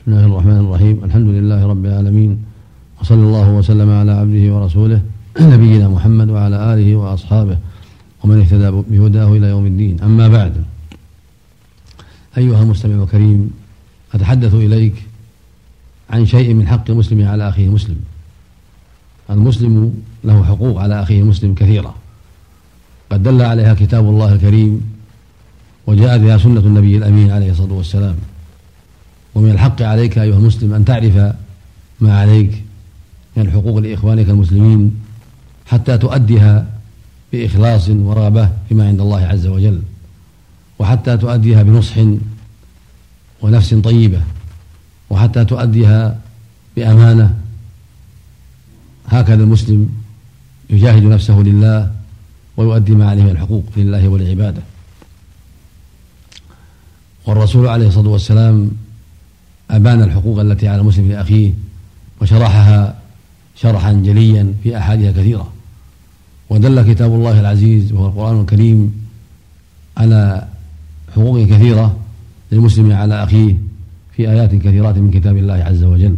بسم الله الرحمن الرحيم. الحمد لله رب العالمين، وصلى الله وسلم على عبده ورسوله نبينا محمد وعلى آله وأصحابه ومن اهتدى بهداه إلى يوم الدين. أما بعد، أيها المستمع الكريم، أتحدث إليك عن شيء من حق المسلم على أخيه المسلم. المسلم له حقوق على أخيه المسلم كثيرة، قد دل عليها كتاب الله الكريم، وجاء بها سنة النبي الأمين عليه الصلاة والسلام. ومن الحق عليك أيها المسلم أن تعرف ما عليك من الحقوق لإخوانك المسلمين حتى تؤديها بإخلاص ورغبة فيما عند الله عز وجل، وحتى تؤديها بنصح ونفس طيبة، وحتى تؤديها بأمانة. هكذا المسلم يجاهد نفسه لله ويؤدي ما عليه من الحقوق لله ولعباده. والرسول عليه الصلاة والسلام أبان الحقوق التي على المسلم لأخيه وشرحها شرحا جليا في أحاديث كثيرة، ودل كتاب الله العزيز وهو القرآن الكريم على حقوق كثيرة للمسلم على أخيه في آيات كثيرات من كتاب الله عز وجل.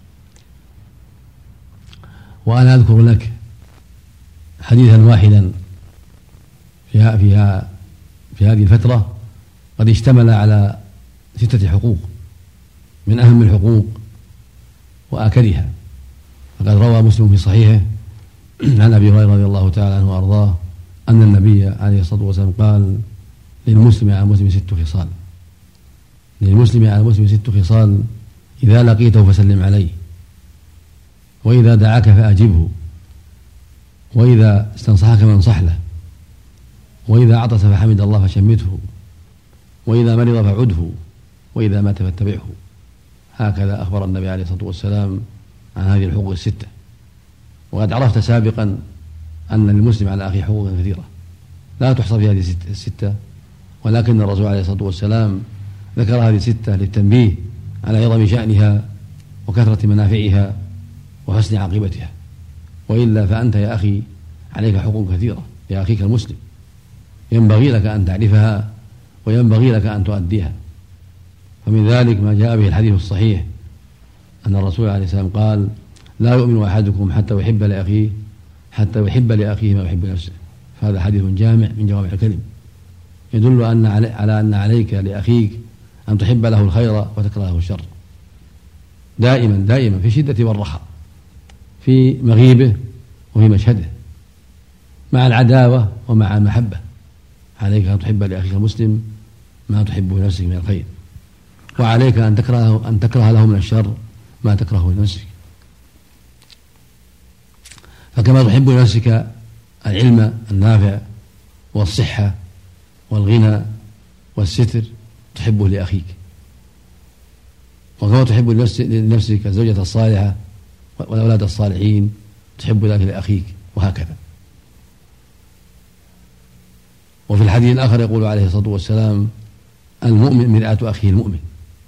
وأنا أذكر لك حديثا واحدا في هذه الفترة قد اشتمل على 6 حقوق من أهم الحقوق وآكدها. فقد روى مسلم في صحيحه عن أبي هريرة رضي الله تعالى عنه وأرضاه أن النبي عليه الصلاة والسلام قال: للمسلم على المسلم 6 خصال. للمسلم على المسلم 6 خصال: إذا لقيته فسلم عليه، وإذا دعاك فأجبه، وإذا استنصحك فانصح له، وإذا عطس فحمد الله فشمته، وإذا مرض فعده، وإذا مات فاتبعه. هكذا أخبر النبي عليه الصلاة والسلام عن هذه الحقوق 6. وقد عرفت سابقا أن للمسلم على أخيه حقوق كثيرة لا تحصى في هذه 6، ولكن الرسول عليه الصلاة والسلام ذكر هذه 6 للتنبيه على عظم شأنها وكثرة منافعها وحسن عاقبتها. وإلا فأنت يا أخي عليك حقوق كثيرة لأخيك المسلم، ينبغي لك أن تعرفها وينبغي لك أن تؤديها. فمن ذلك ما جاء به الحديث الصحيح أن الرسول عليه السلام قال: لا يؤمن أحدكم حتى يحب لأخيه ما يحب لنفسه. فهذا حديث جامع من جوامع الكلم، يدل على أن عليك لأخيك أن تحب له الخير وتكره له الشر دائما في الشدة والرخاء، في مغيبه وفي مشهده، مع العداوة ومع المحبة. عليك أن تحب لأخيك المسلم ما تحب لنفسك من الخير، وعليك أن تكره له من الشر ما تكره لنفسك. فكما تحب لنفسك العلم النافع والصحة والغنى والستر تحبه لأخيك، وكما تحب لنفسك الزوجة الصالحة والأولاد الصالحين تحب ذلك لأخيك، وهكذا. وفي الحديث الآخر يقول عليه الصلاة والسلام: المؤمن مرآة أخيه المؤمن.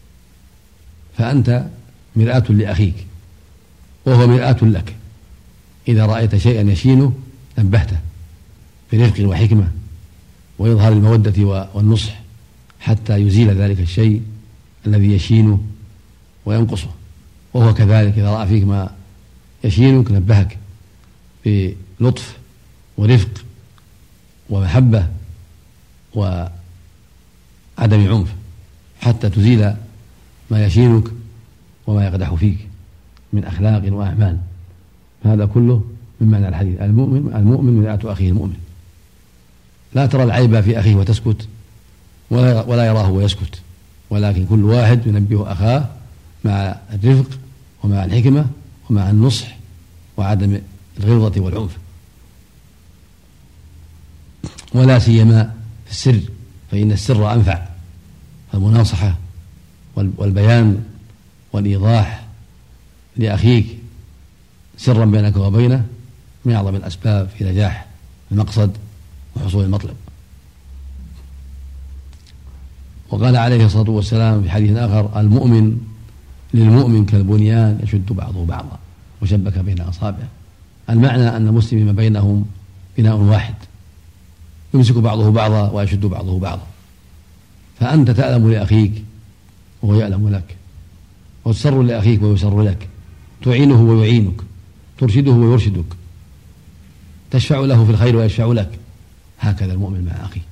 فأنت مرآة لأخيك وهو مرآة لك. إذا رأيت شيئا يشينه نبهته برفق وحكمة وإظهار المودة والنصح حتى يزيل ذلك الشيء الذي يشينه وينقصه. وهو كذلك إذا رأى فيك ما يشينك نبهك بلطف ورفق ومحبة وعدم عنف حتى تزيل ما يشينك وما يقدح فيك من أخلاق وأعمال. هذا كله من معنى الحديث: المؤمن مرآة أخيه المؤمن. لا ترى العيب في أخيه وتسكت، ولا يراه ويسكت، ولكن كل واحد ينبه أخاه مع الرفق ومع الحكمة ومع النصح وعدم الغلظة والعنف، ولا سيما في السر، فإن السر أنفع. فالمناصحة والبيان والإيضاح لأخيك سرا بينك وبينه من أعظم الأسباب في نجاح المقصد وحصول المطلب. وقال عليه الصلاة والسلام في حديث آخر: المؤمن للمؤمن كالبنيان يشد بعضه بعضا وشبك بين أصابعه. المعنى أن المسلمين ما بينهم بناء واحد يمسك بعضه بعضا ويشد بعضه بعضا. فأنت تألم لأخيك وهو يألم لك، وتسر لأخيك ويسر لك، تعينه ويعينك، ترشده ويرشدك، تشفع له في الخير ويشفع لك. هكذا المؤمن مع أخيه.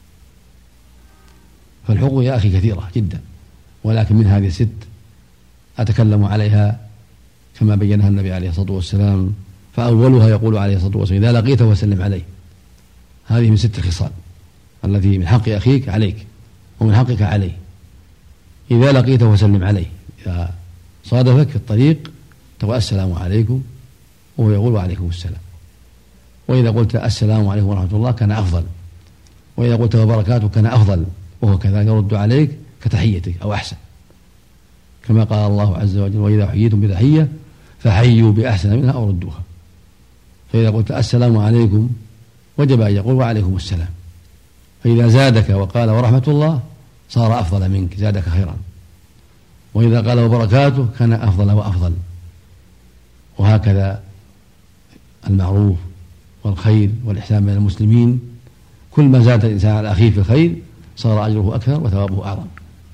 فالحقوق يا أخي كثيرة جدا، ولكن من هذه الست أتكلم عليها كما بينها النبي عليه الصلاة والسلام. فأولها يقول عليه الصلاة والسلام: إذا لقيته فسلم عليه. هذه من 6 خصال التي من حق أخيك عليك ومن حقك عليه. إذا لقيته فسلم عليه، إذا صادفك في الطريق تقول السلام عليكم وهو يقول وعليكم السلام. وإذا قلت السلام عليكم ورحمة الله كان أفضل، وإذا قلت وبركاته كان أفضل، وهو كذلك يرد عليك كتحيتك أو أحسن، كما قال الله عز وجل: وإذا حييتم بتحية فحيوا بأحسن منها أو ردوها. فإذا قلت السلام عليكم وجب أن يقول وعليكم السلام. فإذا زادك وقال ورحمة الله صار أفضل منك، زادك خيرا. وإذا قال وبركاته كان أفضل وأفضل. وهكذا المعروف والخير والإحسان بين المسلمين، كل ما زاد الإنسان على أخيه في الخير صار أجره أكثر وثوابه أعظم.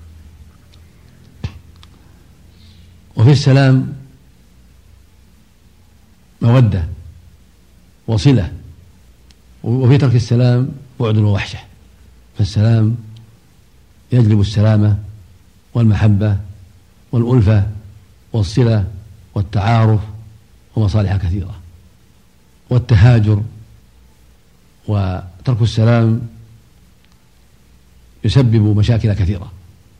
وفي السلام مودة وصلة، وفي ترك السلام بعد ووحشة. فالسلام يجلب السلامة والمحبة والألفة والصلة والتعارف ومصالح كثيرة. والتهاجر وترك السلام يسبب مشاكل كثيرة.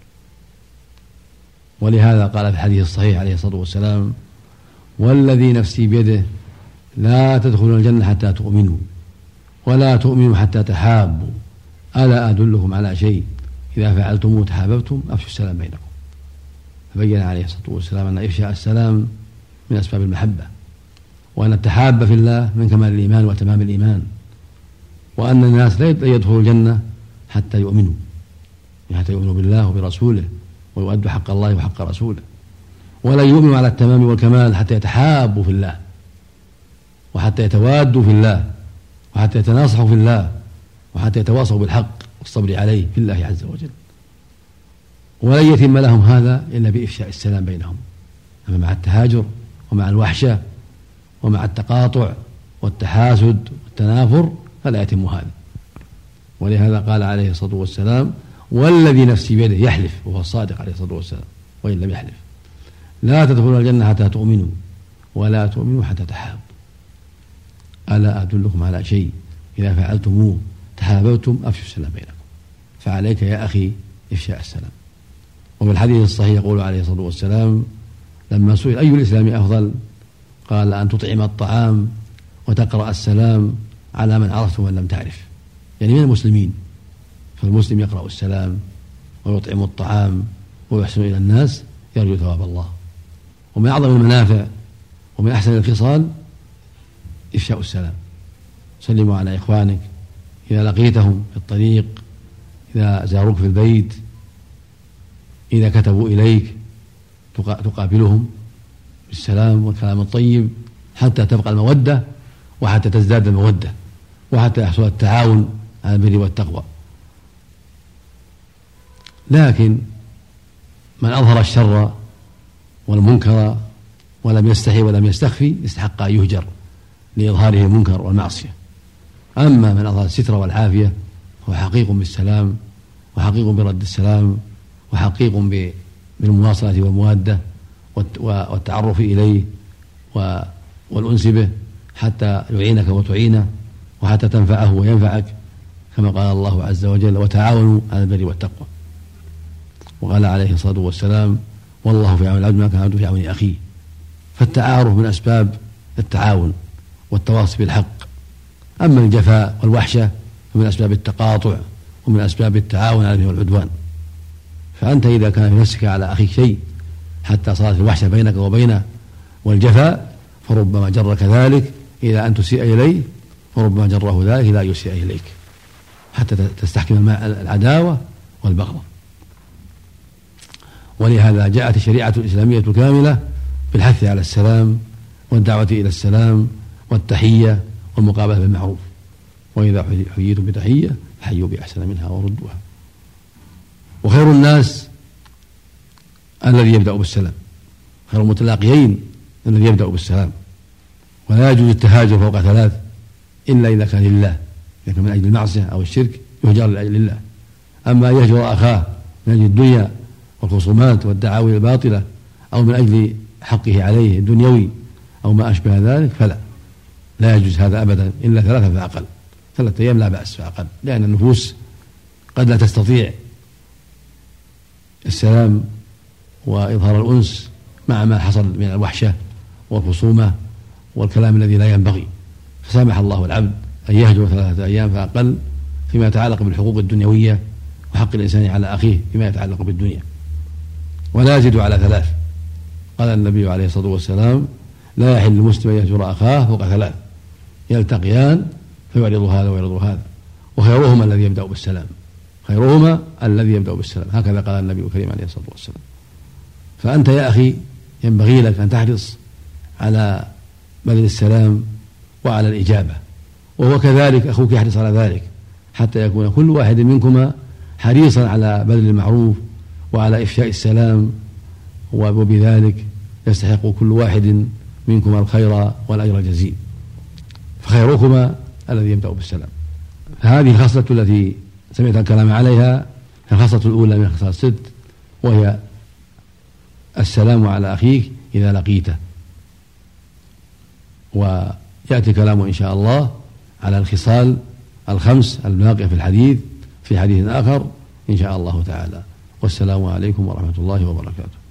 ولهذا قال في الحديث الصحيح عليه الصلاة والسلام: والذي نفسي بيده لا تدخلون الجنة حتى تؤمنوا، ولا تؤمنوا حتى تحابوا، ألا أدلكم على شيء إذا فعلتموه تحاببتم أفشوا السلام بينكم. فبين عليه الصلاة والسلام أن إفشاء السلام من أسباب المحبة، وأن التحاب في الله من كمال الإيمان وتمام الإيمان، وأن الناس لا يدخلوا الجنة حتى يؤمنوا، حتى يؤمنوا بالله وبرسوله ويؤدوا حق الله وحق رسوله. ولا يؤمنوا على التمام والكمال حتى يتحابوا في الله، وحتى يتوادوا في الله، وحتى يتناصحوا في الله، وحتى يتواصوا بالحق والصبر عليه في الله عز وجل. ولن يتم لهم هذا إلا بإفشاء السلام بينهم. أما مع التهاجر ومع الوحشة ومع التقاطع والتحاسد والتنافر فلا يتم هذا. ولهذا قال عليه الصلاة والسلام: والذي نفسي بيده، يحلف وهو الصادق عليه الصلاة والسلام وإن لم يحلف: لا تدخلون الجنة حتى تؤمنوا، ولا تؤمنوا حتى تحابوا، ألا أدلكم على شيء إذا فعلتموه تحاببتم أفشوا السلام بينكم. فعليك يا أخي إفشاء السلام. وفي الحديث الصحيح يقول عليه الصلاة والسلام لما سئل أي الإسلام أفضل قال: أن تطعم الطعام وتقرأ السلام على من عرفت ومن لم تعرف، يعني من المسلمين. فالمسلم يقرأ السلام ويطعم الطعام ويحسن إلى الناس يرجو ثواب الله. ومن أعظم المنافع ومن أحسن الخصال إفشاء السلام. سلموا على إخوانك إذا لقيتهم في الطريق، إذا زاروك في البيت، إذا كتبوا إليك تقابلهم بالسلام والكلام الطيب حتى تبقى المودة وحتى تزداد المودة وحتى يحصل التعاون على البر والتقوى. لكن من أظهر الشر والمنكر ولم يستحي ولم يستخفي استحق أن يهجر لإظهاره المنكر والمعصية. أما من أظهر الستر والعافية هو حقيق بالسلام وحقيق برد السلام وحقيق بالمواصلة والموادة والتعرف إليه والأنس به حتى يعينك وتعينه وحتى تنفعه وينفعك، كما قال الله عز وجل: وتعاونوا على البر والتقوى. وقال عليه الصلاة والسلام: والله في عون العبد ما كان العبد في عون أخيه. فالتعارف من أسباب التعاون والتواصي بالحق. أما الجفاء والوحشة فمن أسباب التقاطع ومن أسباب التعاون على الإثم والعدوان. فأنت إذا كان في نفسك على أخيك شيء حتى صارت الوحشة بينك وبينه والجفاء فربما جرك ذلك إلى أن تسيء إليه، وربما جره ذلك إلى أن يسيء إليك حتى تستحكم العداوة والبغضة. ولهذا جاءت الشريعة الإسلامية الكاملة بالحث على السلام والدعوة إلى السلام والتحية والمقابلة بالمعروف. وإذا حييتم بتحية فحيوا بأحسن منها وردوها. وخير الناس الذي يبدأ بالسلام خير المتلاقيين الذي يبدأ بالسلام. ولا يجوز التهاجر فوق 3 إلا إذا كان لله، إذا كان من أجل المعصية أو الشرك يهجر لأجل الله. أما يهجر أخاه من أجل الدنيا والخصومات والدعاوي الباطلة أو من أجل حقه عليه الدنيوي أو ما أشبه ذلك لا يجوز هذا أبدا إلا 3 فأقل. 3 أيام لا بأس فأقل، لأن النفوس قد لا تستطيع السلام وإظهار الأنس مع ما حصل من الوحشة والخصومة والكلام الذي لا ينبغي، فسامح الله العبد أن يهجر 3 أيام فأقل فيما يتعلق بالحقوق الدنيوية وحق الإنسان على أخيه فيما يتعلق بالدنيا. ولا يزيد على 3. قال النبي عليه الصلاة والسلام: لا يحل المسلم أن يهجر أخاه فوق 3 يلتقيان فيعرض هذا ويعرض هذا، وخيرهما الذي يبدأ بالسلام. خيرهما الذي يبدأ بالسلام، هكذا قال النبي الكريم عليه الصلاة والسلام. فأنت يا أخي ينبغي لك أن تحرص على بذل السلام وعلى الإجابة، وهو كذلك أخوك يحرص على ذلك، حتى يكون كل واحد منكما حريصا على بذل المعروف وعلى إفشاء السلام، وبذلك يستحق كل واحد منكما الخير والأجر الجزيل. فخيركما الذي يبدأ بالسلام. فهذه الخصلة التي سمعت الكلام عليها الخصلة الأولى من الخصال 6، وهي السلام على أخيك إذا لقيته. ويأتي كلامه إن شاء الله على الخصال 5 الباقية في الحديث في حديث آخر إن شاء الله تعالى. والسلام عليكم ورحمة الله وبركاته.